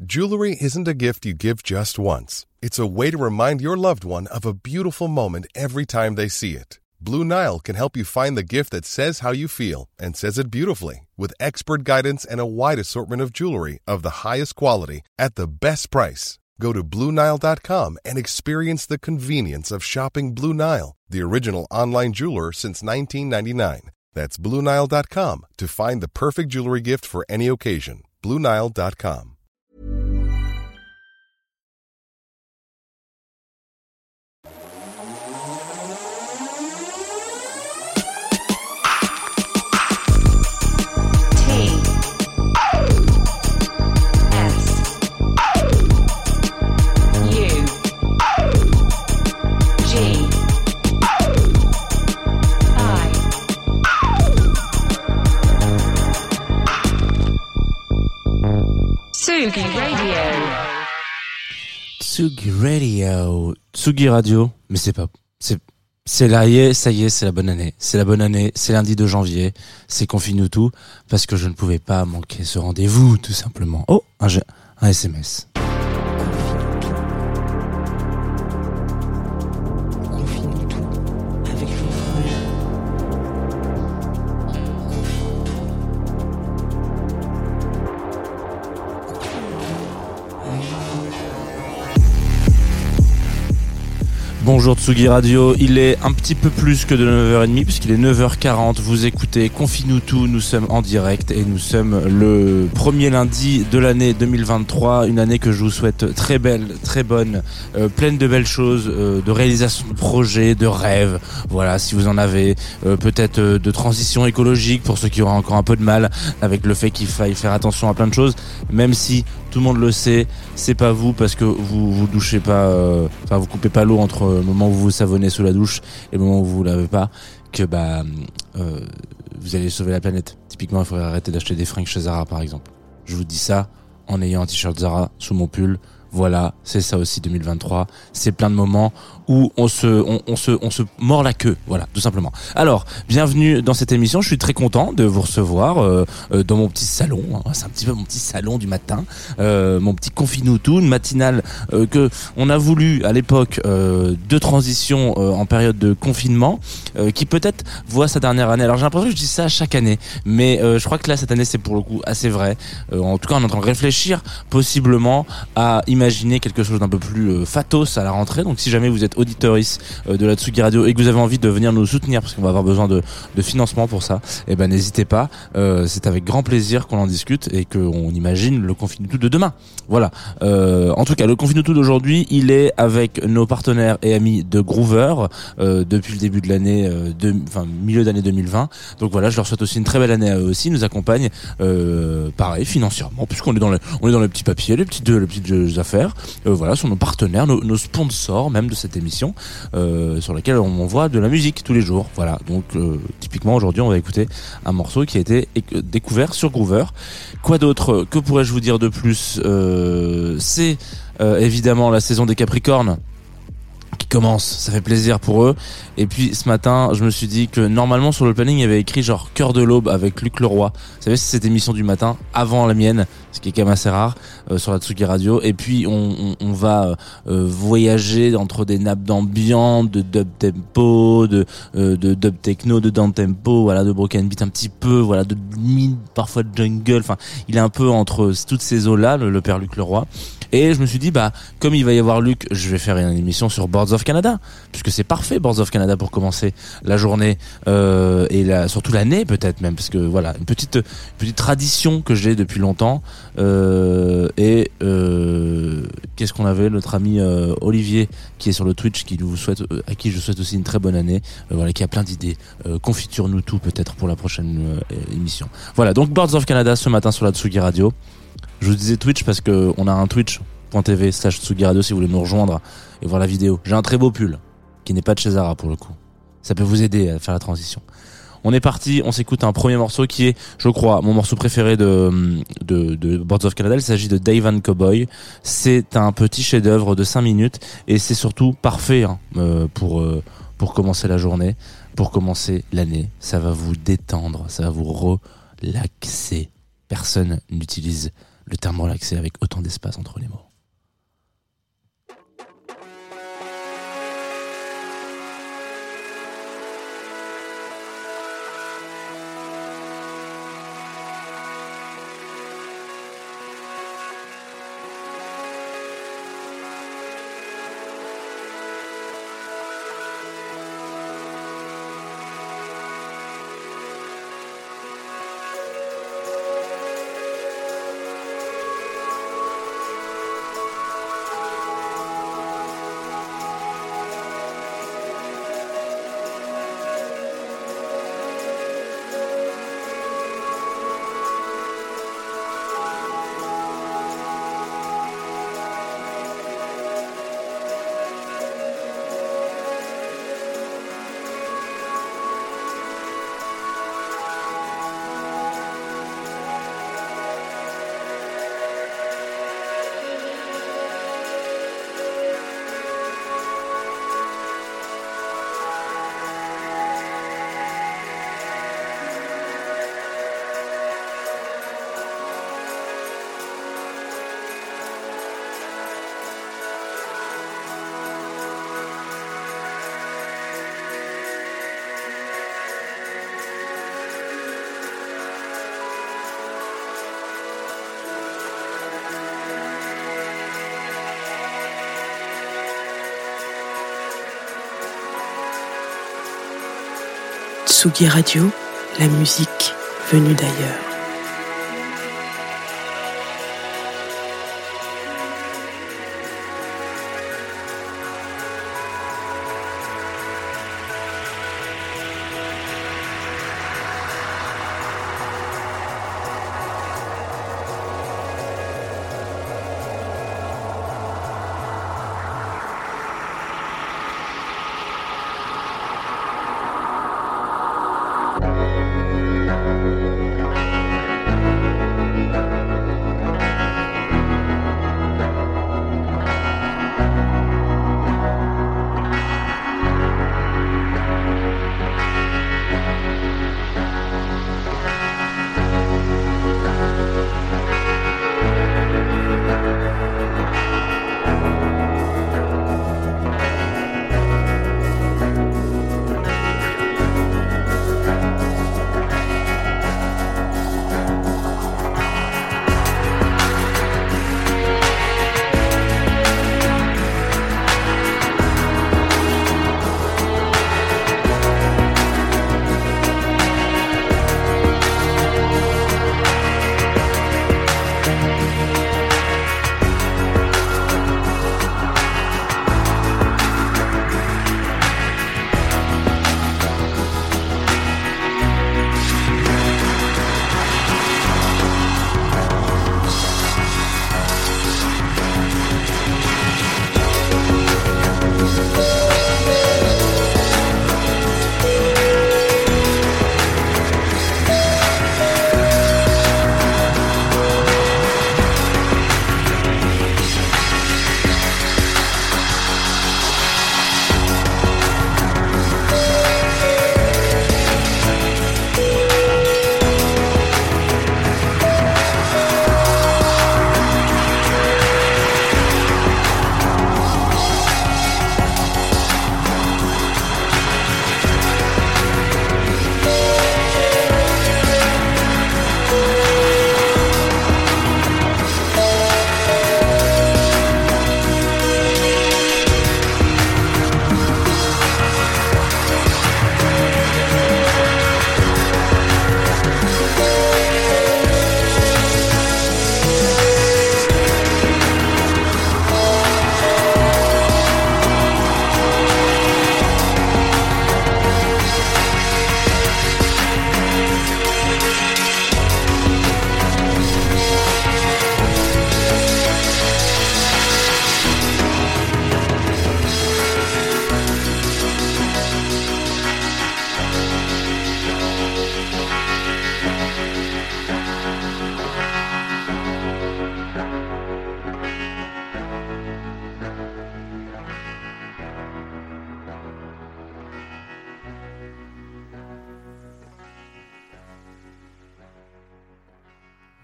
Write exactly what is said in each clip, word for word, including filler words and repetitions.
Jewelry isn't a gift you give just once. It's a way to remind your loved one of a beautiful moment every time they see it. Blue Nile can help you find the gift that says how you feel and says it beautifully, with expert guidance and a wide assortment of jewelry of the highest quality at the best price. Go to Blue Nile dot com and experience the convenience of shopping Blue Nile, the original online jeweler since nineteen ninety-nine. That's Blue Nile dot com to find the perfect jewelry gift for any occasion. Blue Nile dot com. Tsugi Radio. Tsugi Radio. Tsugi Radio. Mais c'est pas, c'est, c'est là, ça y est, c'est la bonne année. C'est la bonne année. C'est lundi de janvier. C'est Confine-nous tout. Parce que je ne pouvais pas manquer ce rendez-vous, tout simplement. Oh, un, un S M S. Bonjour Tsugi Radio, il est un petit peu plus que de neuf heures trente puisqu'il est neuf heures quarante, vous écoutez Confine-nous tout, nous sommes en direct et nous sommes le premier lundi de l'année deux mille vingt-trois, une année que je vous souhaite très belle, très bonne, euh, pleine de belles choses, euh, de réalisation de projets, de rêves, voilà, si vous en avez, euh, peut-être euh, de transition écologique pour ceux qui auront encore un peu de mal avec le fait qu'il faille faire attention à plein de choses, même si tout le monde le sait, c'est pas vous parce que vous vous douchez pas, euh, enfin vous coupez pas l'eau entre le moment où vous vous savonnez sous la douche et le moment où vous vous lavez pas, que bah euh, vous allez sauver la planète. Typiquement, il faudrait arrêter d'acheter des fringues chez Zara par exemple. Je vous dis ça en ayant un t-shirt Zara sous mon pull. Voilà, c'est ça aussi deux mille vingt-trois. C'est plein de moments où on se, on, on se, on se mord la queue. Voilà, tout simplement. Alors, bienvenue dans cette émission. Je suis très content de vous recevoir euh, euh, dans mon petit salon. C'est un petit peu mon petit salon du matin, euh, mon petit Confine-nous tout, une matinale euh, que on a voulu à l'époque euh, de transition euh, en période de confinement, euh, qui peut-être voit sa dernière année. Alors j'ai l'impression que je dis ça chaque année, mais euh, je crois que là cette année c'est pour le coup assez vrai. Euh, en tout cas, on est en train de réfléchir possiblement à imaginer quelque chose d'un peu plus euh, fatos à la rentrée. Donc si jamais vous êtes auditorice euh, de la Tsugi Radio et que vous avez envie de venir nous soutenir parce qu'on va avoir besoin de, de financement pour ça, eh ben n'hésitez pas, euh, c'est avec grand plaisir qu'on en discute et qu'on imagine le Confine-nous tout de demain. Voilà. Euh, en tout cas, le Confine-nous tout d'aujourd'hui, il est avec nos partenaires et amis de Groover euh, depuis le début de l'année, euh, de, enfin milieu d'année deux mille vingt. Donc voilà, je leur souhaite aussi une très belle année à eux aussi. Ils nous accompagnent, euh, pareil, financièrement, puisqu'on est dans les, on est dans les petits papiers, les petites, les petites affaires. Euh, voilà, sont nos partenaires, nos, nos sponsors même de cette émission, euh, sur laquelle on envoie de la musique tous les jours. Voilà, donc euh, typiquement aujourd'hui on va écouter un morceau qui a été éc- découvert sur Groover. Quoi d'autre? Que pourrais-je vous dire de plus? euh, C'est euh, évidemment la saison des Capricornes qui commence, ça fait plaisir pour eux. Et puis ce matin, je me suis dit que normalement sur le planning il y avait écrit genre Cœur de l'aube avec Luc Leroy. Vous savez, c'est cette émission du matin avant la mienne, ce qui est quand même assez rare euh, sur la Tsugi Radio. Et puis on, on, on va euh, voyager entre des nappes d'ambiance, de dub tempo, de euh, de dub techno, de down tempo, voilà, de broken beat un petit peu, voilà, de mid, parfois de jungle. Enfin, il est un peu entre toutes ces eaux là, le, le père Luc Leroy. Et je me suis dit, bah, comme il va y avoir Luc, je vais faire une émission sur Boards of Canada, puisque c'est parfait, Boards of Canada, pour commencer la journée, euh, et la, surtout l'année, peut-être même, parce que voilà, une petite, une petite tradition que j'ai depuis longtemps, euh, et, euh, qu'est-ce qu'on avait, notre ami, euh, Olivier, qui est sur le Twitch, qui nous souhaite, euh, à qui je souhaite aussi une très bonne année, euh, voilà, qui a plein d'idées, euh, confiture-nous tout, peut-être, pour la prochaine euh, émission. Voilà, donc Boards of Canada, ce matin, sur la Tsugi Radio. Je vous disais Twitch parce que on a un twitch.tv slash Tsugi Radio si vous voulez nous rejoindre et voir la vidéo. J'ai un très beau pull qui n'est pas de chez Zara pour le coup. Ça peut vous aider à faire la transition. On est parti, on s'écoute un premier morceau qui est, je crois, mon morceau préféré de de, de Boards of Canada. Il s'agit de Dave and Cowboy. C'est un petit chef-d'œuvre de cinq minutes et c'est surtout parfait hein, euh, pour euh, pour commencer la journée, pour commencer l'année. Ça va vous détendre, ça va vous relaxer. Personne n'utilise le terme relaxé avec autant d'espace entre les mots. Tsugi Radio, la musique venue d'ailleurs.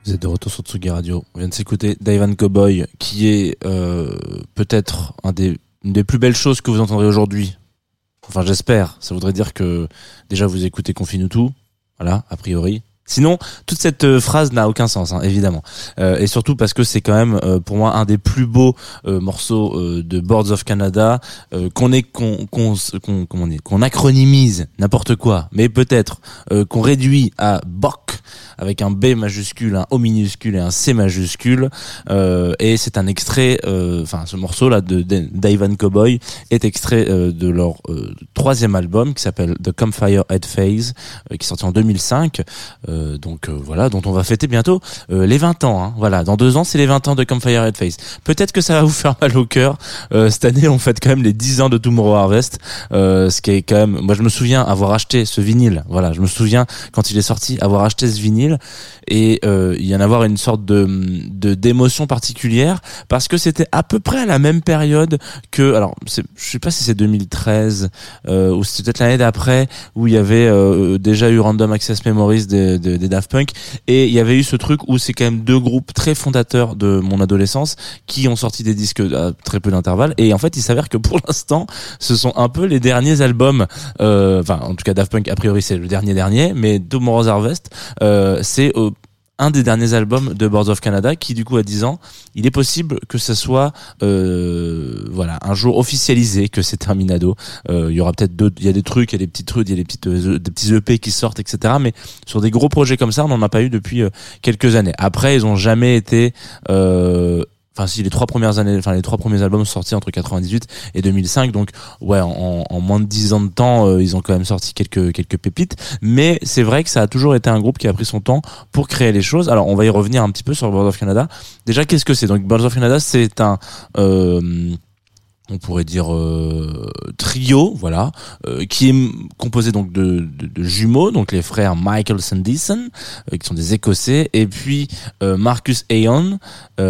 Vous êtes de retour sur Tsugi Radio. On vient de s'écouter Dive Cowboy, qui est euh, peut-être un des, une des plus belles choses que vous entendrez aujourd'hui. Enfin, j'espère. Ça voudrait dire que déjà vous écoutez Confine tout, voilà, a priori. Sinon, toute cette euh, phrase n'a aucun sens, hein, évidemment. Euh, et surtout parce que c'est quand même, euh, pour moi, un des plus beaux euh, morceaux euh, de Boards of Canada, euh, qu'on est, qu'on, qu'on, qu'on, comment on dit, qu'on acronymise n'importe quoi, mais peut-être euh, qu'on réduit à B O C avec un B majuscule, un O minuscule et un C majuscule. Euh, et c'est un extrait, enfin, euh, ce morceau-là de, de Dive Cowboy est extrait euh, de leur euh, troisième album qui s'appelle The Campfire Head Phase, euh, qui est sorti en deux mille cinq. Euh, donc euh, voilà, dont on va fêter bientôt euh, les vingt ans. Hein. Voilà, dans deux ans, c'est les vingt ans de Campfire Head Phase. Peut-être que ça va vous faire mal au cœur. Euh, cette année, on fête quand même les dix ans de Tomorrow Harvest, euh, ce qui est quand même. Moi, je me souviens avoir acheté ce vinyle. Voilà, je me souviens quand il est sorti avoir acheté ce vinyle et euh, il y en avoir une sorte de, de d'émotion particulière parce que c'était à peu près à la même période que. Alors, c'est, je sais pas si c'est deux mille treize euh, ou c'était peut-être l'année d'après où il y avait euh, déjà eu Random Access Memories des, des, des Daft Punk et il y avait eu ce truc où c'est quand même deux groupes très fondateurs de mon adolescence qui ont sorti des disques à très peu d'intervalle et en fait il s'avère que pour l'instant ce sont un peu les derniers albums euh, enfin en tout cas Daft Punk a priori c'est le dernier dernier mais Tomorrow's Harvest euh, c'est euh, un des derniers albums de Boards of Canada qui du coup a dix ans. Il est possible que ça soit euh, voilà un jour officialisé que c'est terminado. Euh, il y aura peut-être d'autres, il y a des trucs, il y a des petits trucs, il y a des petites euh, des petits E P qui sortent, et cetera. Mais sur des gros projets comme ça, on n'en a pas eu depuis euh, quelques années. Après, ils ont jamais été euh, Enfin, si les trois premières années, enfin les trois premiers albums sont sortis entre quatre-vingt-dix-huit et deux mille cinq, donc ouais, en, en moins de dix ans de temps, euh, ils ont quand même sorti quelques quelques pépites. Mais c'est vrai que ça a toujours été un groupe qui a pris son temps pour créer les choses. Alors, on va y revenir un petit peu sur Boards of Canada. Déjà, qu'est-ce que c'est ? Donc, Boards of Canada, c'est un euh, on pourrait dire euh, trio, voilà, euh, qui est composé donc de, de, de jumeaux, donc les frères Michael Sandison, euh, qui sont des Écossais, et puis euh, Marcus Aon,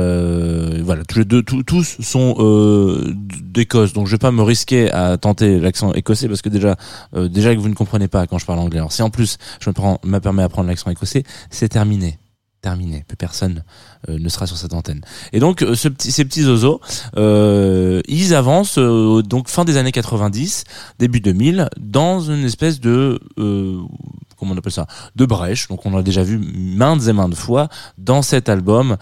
euh, voilà, tous les deux, tous, tous sont euh, d'Écosse, donc je vais pas me risquer à tenter l'accent écossais parce que déjà, euh, déjà que vous ne comprenez pas quand je parle anglais. Alors si en plus je me prends, me permets d'apprendre l'accent écossais, c'est terminé. Terminé, plus personne euh, ne sera sur cette antenne. Et donc euh, ce petit, ces petits zozos, euh, ils avancent euh, donc fin des années quatre-vingt-dix, début deux mille, dans une espèce de euh, comment on appelle ça, de brèche. Donc on l'a déjà vu maintes et maintes fois dans cet album.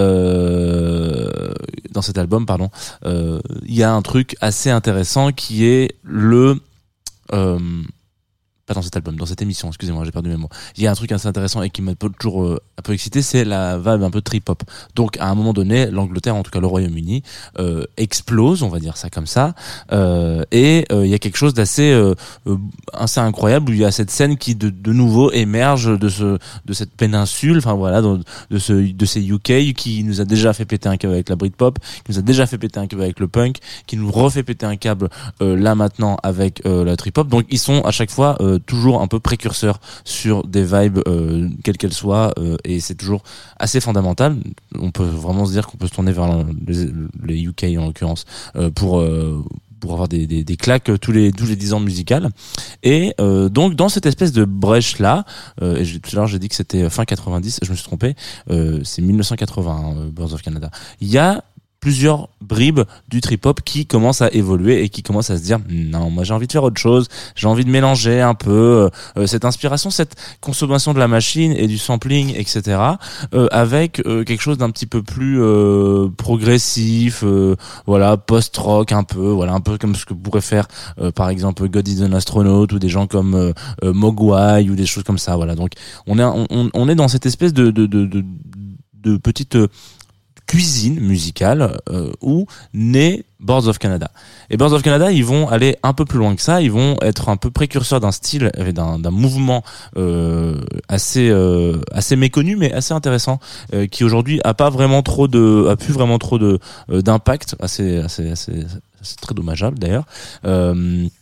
Euh, dans cet album, pardon, euh, il y a un truc assez intéressant qui est le euh, pas dans cet album, dans cette émission, excusez-moi, j'ai perdu mes mots. Il y a un truc assez intéressant et qui m'a toujours euh, un peu excité, c'est la vibe un peu trip-hop. Donc, à un moment donné, l'Angleterre, en tout cas le Royaume-Uni, euh, explose, on va dire ça comme ça, euh, et euh, il y a quelque chose d'assez euh, euh, assez incroyable où il y a cette scène qui de, de nouveau émerge de ce de cette péninsule, enfin voilà, de, de ce de ces U K qui nous a déjà fait péter un câble avec la Britpop, qui nous a déjà fait péter un câble avec le punk, qui nous refait péter un câble euh, là maintenant avec euh, la trip-hop. Donc, ils sont à chaque fois euh, toujours un peu précurseur sur des vibes euh, quelles qu'elles soient euh, et c'est toujours assez fondamental. On peut vraiment se dire qu'on peut se tourner vers les, les U K en l'occurrence euh, pour euh, pour avoir des, des, des claques tous les tous les dix ans de musical. Et euh, donc dans cette espèce de brèche là, euh, et j'ai, tout à l'heure j'ai dit que c'était fin quatre-vingt-dix, je me suis trompé, euh, c'est dix-neuf cent quatre-vingts, hein, Boards of Canada. Il y a plusieurs bribes du trip-hop qui commencent à évoluer et qui commencent à se dire non, moi j'ai envie de faire autre chose, j'ai envie de mélanger un peu euh, cette inspiration, cette consommation de la machine et du sampling, et cetera euh, avec euh, quelque chose d'un petit peu plus euh, progressif, euh, voilà, post-rock un peu, voilà, un peu comme ce que pourrait faire euh, par exemple God is an Astronaut ou des gens comme euh, euh, Mogwai ou des choses comme ça, voilà. Donc on est on, on est dans cette espèce de de de de, de petite euh, cuisine musicale euh, où naît Boards of Canada. Et Boards of Canada, ils vont aller un peu plus loin que ça, ils vont être un peu précurseurs d'un style, d'un, d'un mouvement euh, assez euh, assez méconnu mais assez intéressant, euh, qui aujourd'hui a pas vraiment trop de, a plus vraiment trop de euh, d'impact, assez assez assez, c'est très dommageable d'ailleurs. Euh,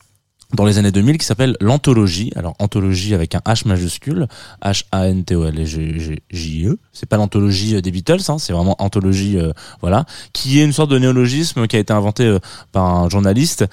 dans les années deux mille qui s'appelle l'Anthologie. Alors Anthologie avec un H majuscule, H A N T O L J E. C'est pas l'anthologie des Beatles, hein, c'est vraiment Anthologie, euh, voilà, qui est une sorte de néologisme qui a été inventé euh, par un journaliste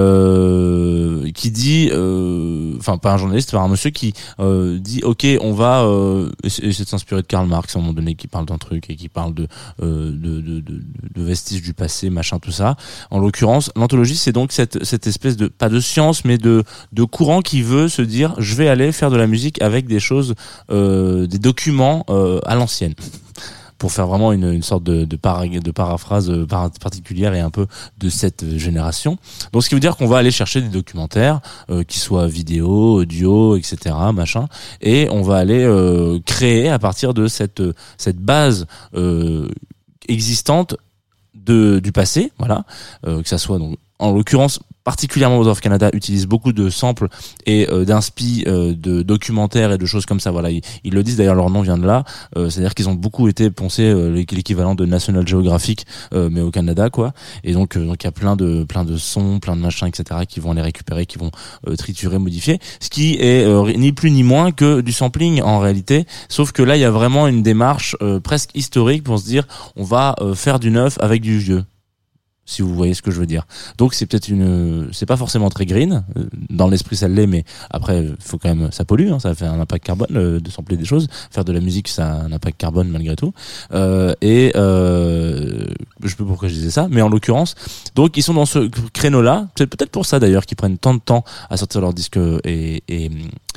euh, qui dit, enfin euh, pas un journaliste, par un monsieur qui euh, dit ok, on va euh, essayer de s'inspirer de Karl Marx à un moment donné, qui parle d'un truc et qui parle de, euh, de, de, de, de vestiges du passé, machin, tout ça. En l'occurrence, l'Anthologie, c'est donc cette, cette espèce de, pas de science, mais de, de courant qui veut se dire je vais aller faire de la musique avec des choses, euh, des documents euh, à l'ancienne, pour faire vraiment une, une sorte de, de, para, de paraphrase particulière et un peu de cette génération. Donc ce qui veut dire qu'on va aller chercher des documentaires, euh, qui soient vidéo, audio, et cetera, machin, et on va aller euh, créer à partir de cette, cette base euh, existante de, du passé, voilà, euh, que ça soit donc en l'occurrence particulièrement Boards of Canada utilise beaucoup de samples et euh, d'inspi euh, de documentaires et de choses comme ça. Voilà, ils, ils le disent d'ailleurs, leur nom vient de là. Euh, c'est-à-dire qu'ils ont beaucoup été poncés euh, l'équivalent de National Geographic, euh, mais au Canada, quoi. Et donc, euh, donc il y a plein de plein de sons, plein de machins, et cetera, qui vont les récupérer, qui vont euh, triturer, modifier. Ce qui est euh, ni plus ni moins que du sampling en réalité. Sauf que là, il y a vraiment une démarche euh, presque historique pour se dire, on va euh, faire du neuf avec du vieux, si vous voyez ce que je veux dire. Donc c'est peut-être une, c'est pas forcément très green, dans l'esprit ça l'est, mais après faut quand même, ça pollue, hein, ça fait un impact carbone euh, de sampler des choses, faire de la musique ça a un impact carbone malgré tout, euh, et euh, je sais pas pourquoi je disais ça, mais en l'occurrence, donc ils sont dans ce créneau-là, c'est peut-être pour ça d'ailleurs qu'ils prennent tant de temps à sortir leur disque et, et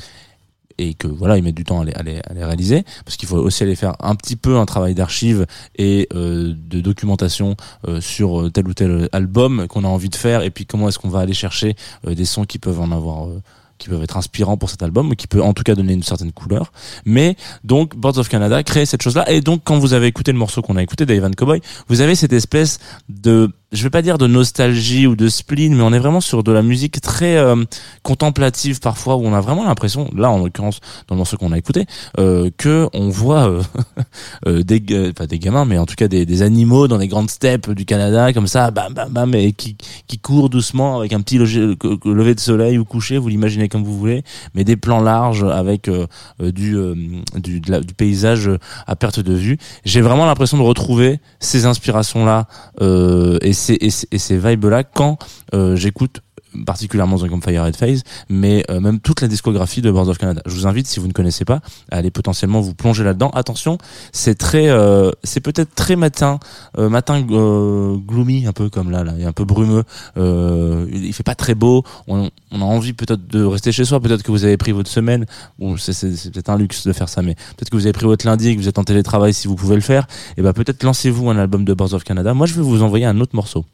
et que voilà, ils mettent du temps à les, à les, à les réaliser, parce qu'il faut aussi aller faire un petit peu un travail d'archive et euh, de documentation euh, sur tel ou tel album qu'on a envie de faire, et puis comment est-ce qu'on va aller chercher euh, des sons qui peuvent en avoir euh, qui peuvent être inspirants pour cet album, ou qui peut en tout cas donner une certaine couleur. Mais donc Boards of Canada crée cette chose-là, et donc quand vous avez écouté le morceau qu'on a écouté, Dave and Cowboy, vous avez cette espèce de, je vais pas dire de nostalgie ou de spleen, mais on est vraiment sur de la musique très euh, contemplative parfois, où on a vraiment l'impression, là en l'occurrence dans le morceau qu'on a écouté, euh, que on voit euh, euh, des, euh, pas des gamins, mais en tout cas des, des animaux dans les grandes steppes du Canada, comme ça, bam bam bam, et qui qui courent doucement avec un petit lever, lever de soleil ou coucher, vous l'imaginez comme vous voulez, mais des plans larges avec euh, du euh, du, de la, du paysage à perte de vue. J'ai vraiment l'impression de retrouver ces inspirations là euh, et ces et ces, et ces vibes là quand euh, j'écoute particulièrement The Campfire Red Phase, mais euh, même toute la discographie de Boards of Canada. Je vous invite, si vous ne connaissez pas, à aller potentiellement vous plonger là-dedans. Attention, c'est très, euh, c'est peut-être très matin, euh, matin euh, gloomy, un peu comme là, là, il est un peu brumeux. Euh, il fait pas très beau. On, on a envie peut-être de rester chez soi. Peut-être que vous avez pris votre semaine. Bon, c'est, c'est, c'est peut-être un luxe de faire ça, mais peut-être que vous avez pris votre lundi et que vous êtes en télétravail, si vous pouvez le faire. Et ben peut-être lancez-vous un album de Boards of Canada. Moi, je vais vous envoyer un autre morceau.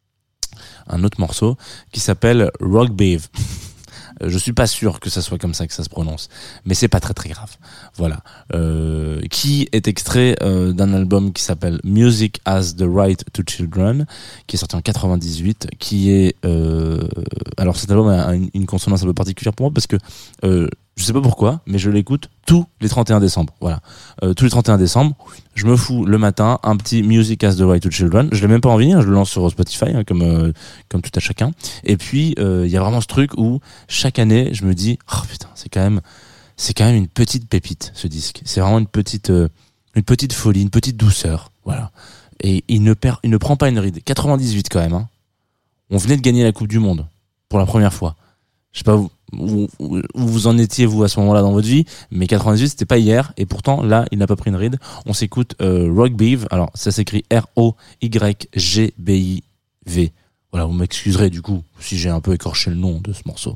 un autre morceau qui s'appelle Rock Beef. Je suis pas sûr que ça soit comme ça que ça se prononce, mais c'est pas très très grave. Voilà, euh, qui est extrait euh, d'un album qui s'appelle Music Has the Right to Children, qui est sorti en quatre-vingt-dix-huit, qui est euh, alors cet album a une, une consonance un peu particulière pour moi parce que euh, je sais pas pourquoi, mais je l'écoute tous les trente et un décembre. Voilà, euh, tous les trente et un décembre, je me fous le matin un petit Music Has the Right to Children. Je l'ai même pas envie, hein, je le lance sur Spotify, hein, comme euh, comme tout à chacun. Et puis il euh, y a vraiment ce truc où chaque année, je me dis, oh putain, c'est quand même, c'est quand même une petite pépite ce disque. C'est vraiment une petite, euh, une petite folie, une petite douceur. Voilà. Et il ne perd, il ne prend pas une ride. quatre-vingt-dix-huit quand même. Hein. On venait de gagner la Coupe du Monde pour la première fois. Je sais pas où, où, où vous en étiez vous à ce moment-là dans votre vie, mais quatre-vingt-dix-huit c'était pas hier, et pourtant là il n'a pas pris une ride. On s'écoute euh, Rock Beef. Alors ça s'écrit R O Y G B I V. Voilà, vous m'excuserez du coup si j'ai un peu écorché le nom de ce morceau.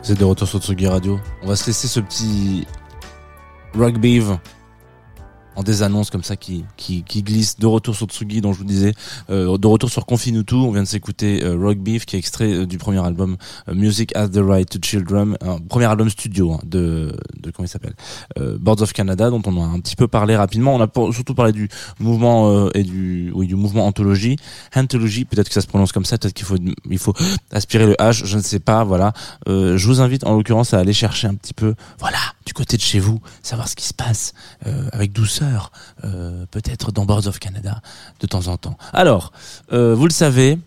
Vous êtes de retour sur Tsugi Radio. On va se laisser ce petit Rock Beef en des annonces comme ça qui qui qui glissent. De retour sur Tsugi, dont je vous disais, euh, de retour sur Confinutu. On vient de s'écouter euh, Rock Beef, qui est extrait euh, du premier album euh, Music Has the Right to Children, un premier album studio hein, de de comment il s'appelle, euh, Boards of Canada, dont on a un petit peu parlé rapidement. On a pour, surtout parlé du mouvement euh, et du oui du mouvement Anthology, Anthology, peut-être que ça se prononce comme ça, peut-être qu'il faut il faut aspirer le H, je ne sais pas. Voilà, euh, je vous invite en l'occurrence à aller chercher un petit peu, voilà, du côté de chez vous, savoir ce qui se passe euh, avec douceur. Euh, peut-être dans Boards of Canada de temps en temps. Alors, euh, vous le savez,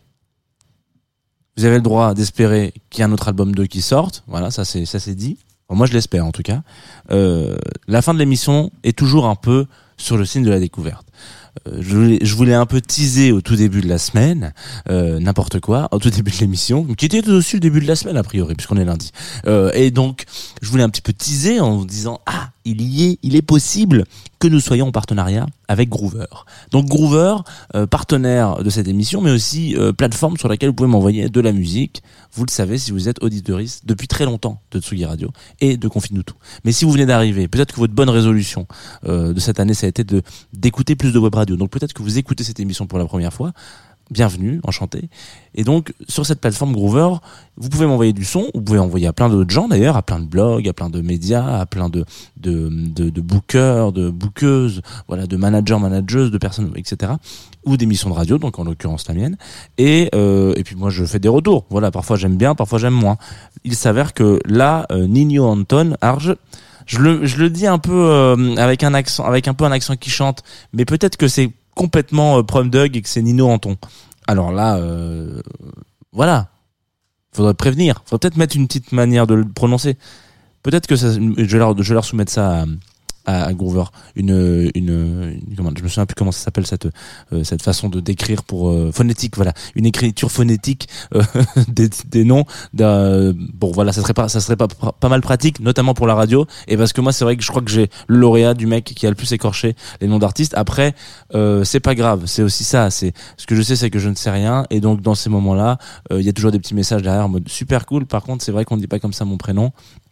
vous avez le droit d'espérer qu'il y ait un autre album d'eux qui sorte. Voilà, ça c'est ça c'est dit. Bon, moi je l'espère en tout cas. Euh, la fin de l'émission est toujours un peu sur le signe de la découverte. Euh, je, voulais, je voulais un peu teaser au tout début de la semaine, euh, n'importe quoi, au tout début de l'émission, qui était aussi le début de la semaine a priori, puisqu'on est lundi. Euh, et donc, je voulais un petit peu teaser en vous disant, ah, il y est, il est possible que nous soyons en partenariat avec Groover. Donc Groover, euh, partenaire de cette émission, mais aussi euh, plateforme sur laquelle vous pouvez m'envoyer de la musique. Vous le savez si vous êtes auditoriste depuis très longtemps de Tsugi Radio et de Confinutu. Mais si vous venez d'arriver, peut-être que votre bonne résolution euh, de cette année, ça a été de d'écouter plus de web radio. Donc peut-être que vous écoutez cette émission pour la première fois. Bienvenue, enchanté. Et donc, sur cette plateforme Groover, vous pouvez m'envoyer du son, vous pouvez envoyer à plein d'autres gens d'ailleurs, à plein de blogs, à plein de médias, à plein de de de, de bookers, de bookeuses, voilà, de managers, manageuses, de personnes, et cetera. Ou d'émissions de radio, donc en l'occurrence la mienne. Et euh, et puis moi, je fais des retours. Voilà, parfois j'aime bien, parfois j'aime moins. Il s'avère que là, euh, Nino Anton, Arge, je le je le dis un peu euh, avec un accent, avec un peu un accent qui chante, mais peut-être que c'est complètement euh, Prom Dug et que c'est Nino Anton. Alors là, euh, voilà, faudrait prévenir, faudrait peut-être mettre une petite manière de le prononcer. Peut-être que ça, je vais leur, je vais leur soumettre ça à, à, à Groover, une, une, une, comment, je me souviens plus comment ça s'appelle cette, euh, cette façon de d'écrire pour euh, phonétique, voilà, une écriture phonétique euh, des, des noms. D'un, bon, voilà, ça serait pas, ça serait pas pas mal pratique, notamment pour la radio. Et parce que moi, c'est vrai que je crois que j'ai le lauréat du mec qui a le plus écorché les noms d'artistes. Après, euh, c'est pas grave, c'est aussi ça. C'est ce que je sais, c'est que je ne sais rien. Et donc, dans ces moments-là, il euh, y a toujours des petits messages derrière en mode super cool. Par contre, c'est vrai qu'on ne dit pas comme ça mon prénom.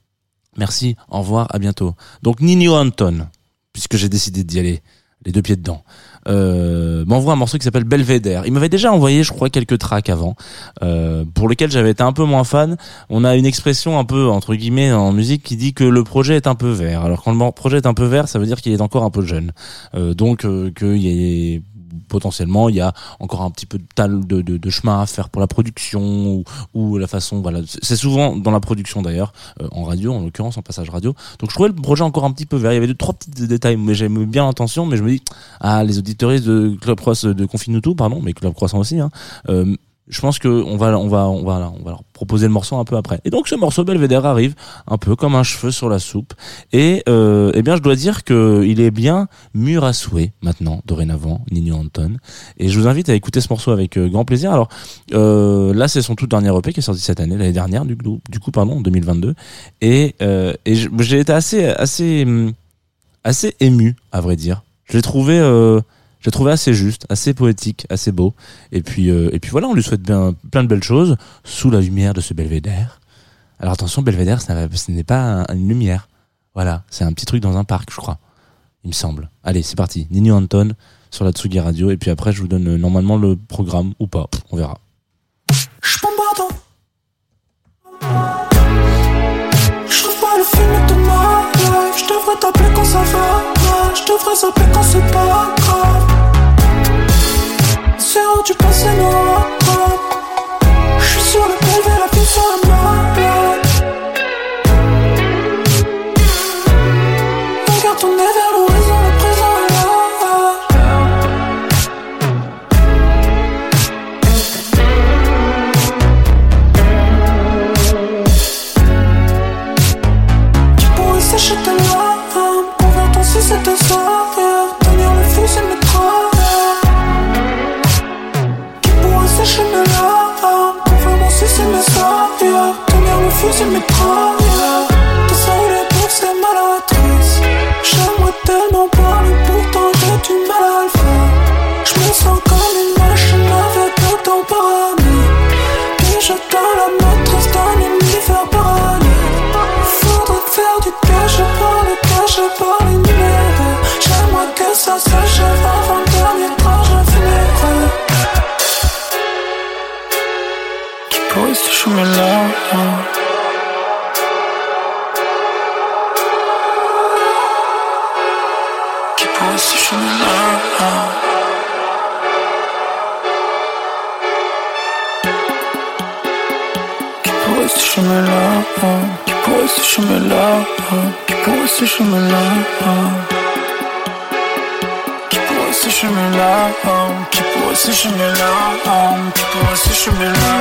Merci, au revoir, à bientôt. Donc Nino Anton, puisque j'ai décidé d'y aller, les deux pieds dedans, euh, m'envoie un morceau qui s'appelle Belvédère. Il m'avait déjà envoyé, je crois, quelques tracks avant, euh, pour lesquels j'avais été un peu moins fan. On a une expression un peu, entre guillemets, en musique qui dit que le projet est un peu vert. Alors quand le projet est un peu vert, ça veut dire qu'il est encore un peu jeune. Euh, donc euh, qu'il y ait... potentiellement il y a encore un petit peu de, de, de, de chemin à faire pour la production ou, ou la façon, voilà, c'est souvent dans la production d'ailleurs, euh, en radio en l'occurrence, en passage radio. Donc je trouvais le projet encore un petit peu vert. Il y avait deux trois petits détails, mais j'aimais bien l'intention, mais je me dis, ah, les auditeuristes de Club Cross, de Confinutu, pardon, mais Club Croissant aussi, hein, euh, je pense que on va on va on va on va leur proposer le morceau un peu après. Et donc ce morceau Belvédère arrive un peu comme un cheveu sur la soupe. Et euh, eh bien je dois dire que il est bien mûr à souhait maintenant, dorénavant, Nino Anton. Et je vous invite à écouter ce morceau avec euh, grand plaisir. Alors euh, là c'est son tout dernier E P qui est sorti cette année, l'année dernière du coup, du coup pardon, en deux mille vingt-deux. Et euh, et j'ai été assez assez assez ému à vrai dire. Je l'ai trouvé euh, Je l'ai trouvé assez juste, assez poétique, assez beau. Et puis, euh, et puis voilà, on lui souhaite bien plein de belles choses sous la lumière de ce belvédère. Alors attention, belvédère, ça, ce n'est pas un, une lumière. Voilà, c'est un petit truc dans un parc, je crois. Il me semble. Allez, c'est parti. Nino Anton sur la Tsugi Radio. Et puis après, je vous donne euh, normalement le programme ou pas. Pff, on verra. Je bombarde. Je revois le film de ma life. Je devrais t'appeler quand ça va. Je devrais s'appeler quand c'est pas grave. C'est où tu passes noir. Je suis sur le belvé, la vie sur la malade. Regarde ton nez vers l'horizon, le présent est là. Tu pourrais sécher tes larmes. Convient ton si c'était ça. Tenir le feu pourrait ce chemin-là? Qui pourrait ce chemin-là? Qui pourrait ce chemin-là? Qui pourrait ce chemin-là? Qui pourrait ce chemin-là? Qui pourrait ce chemin-là? Qui pourrait ce chemin-là?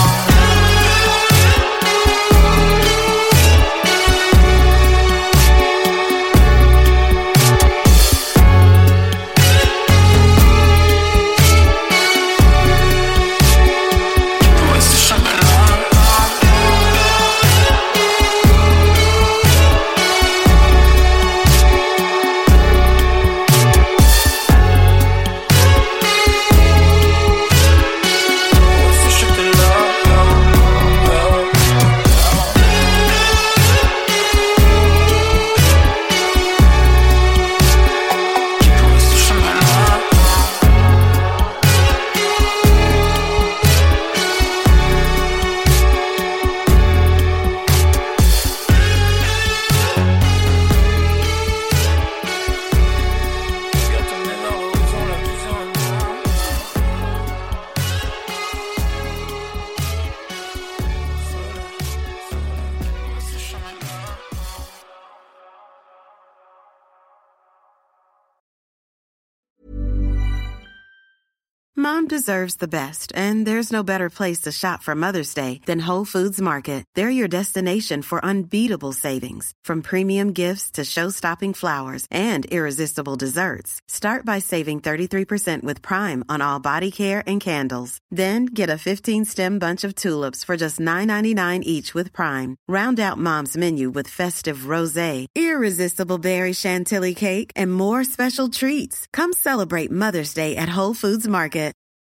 Mom deserves the best, and there's no better place to shop for Mother's Day than Whole Foods Market. They're your destination for unbeatable savings, from premium gifts to show-stopping flowers and irresistible desserts. Start by saving thirty-three percent with Prime on all body care and candles. Then get a fifteen-stem bunch of tulips for just nine ninety-nine each with Prime. Round out Mom's menu with festive rosé, irresistible berry chantilly cake, and more special treats. Come celebrate Mother's Day at Whole Foods Market.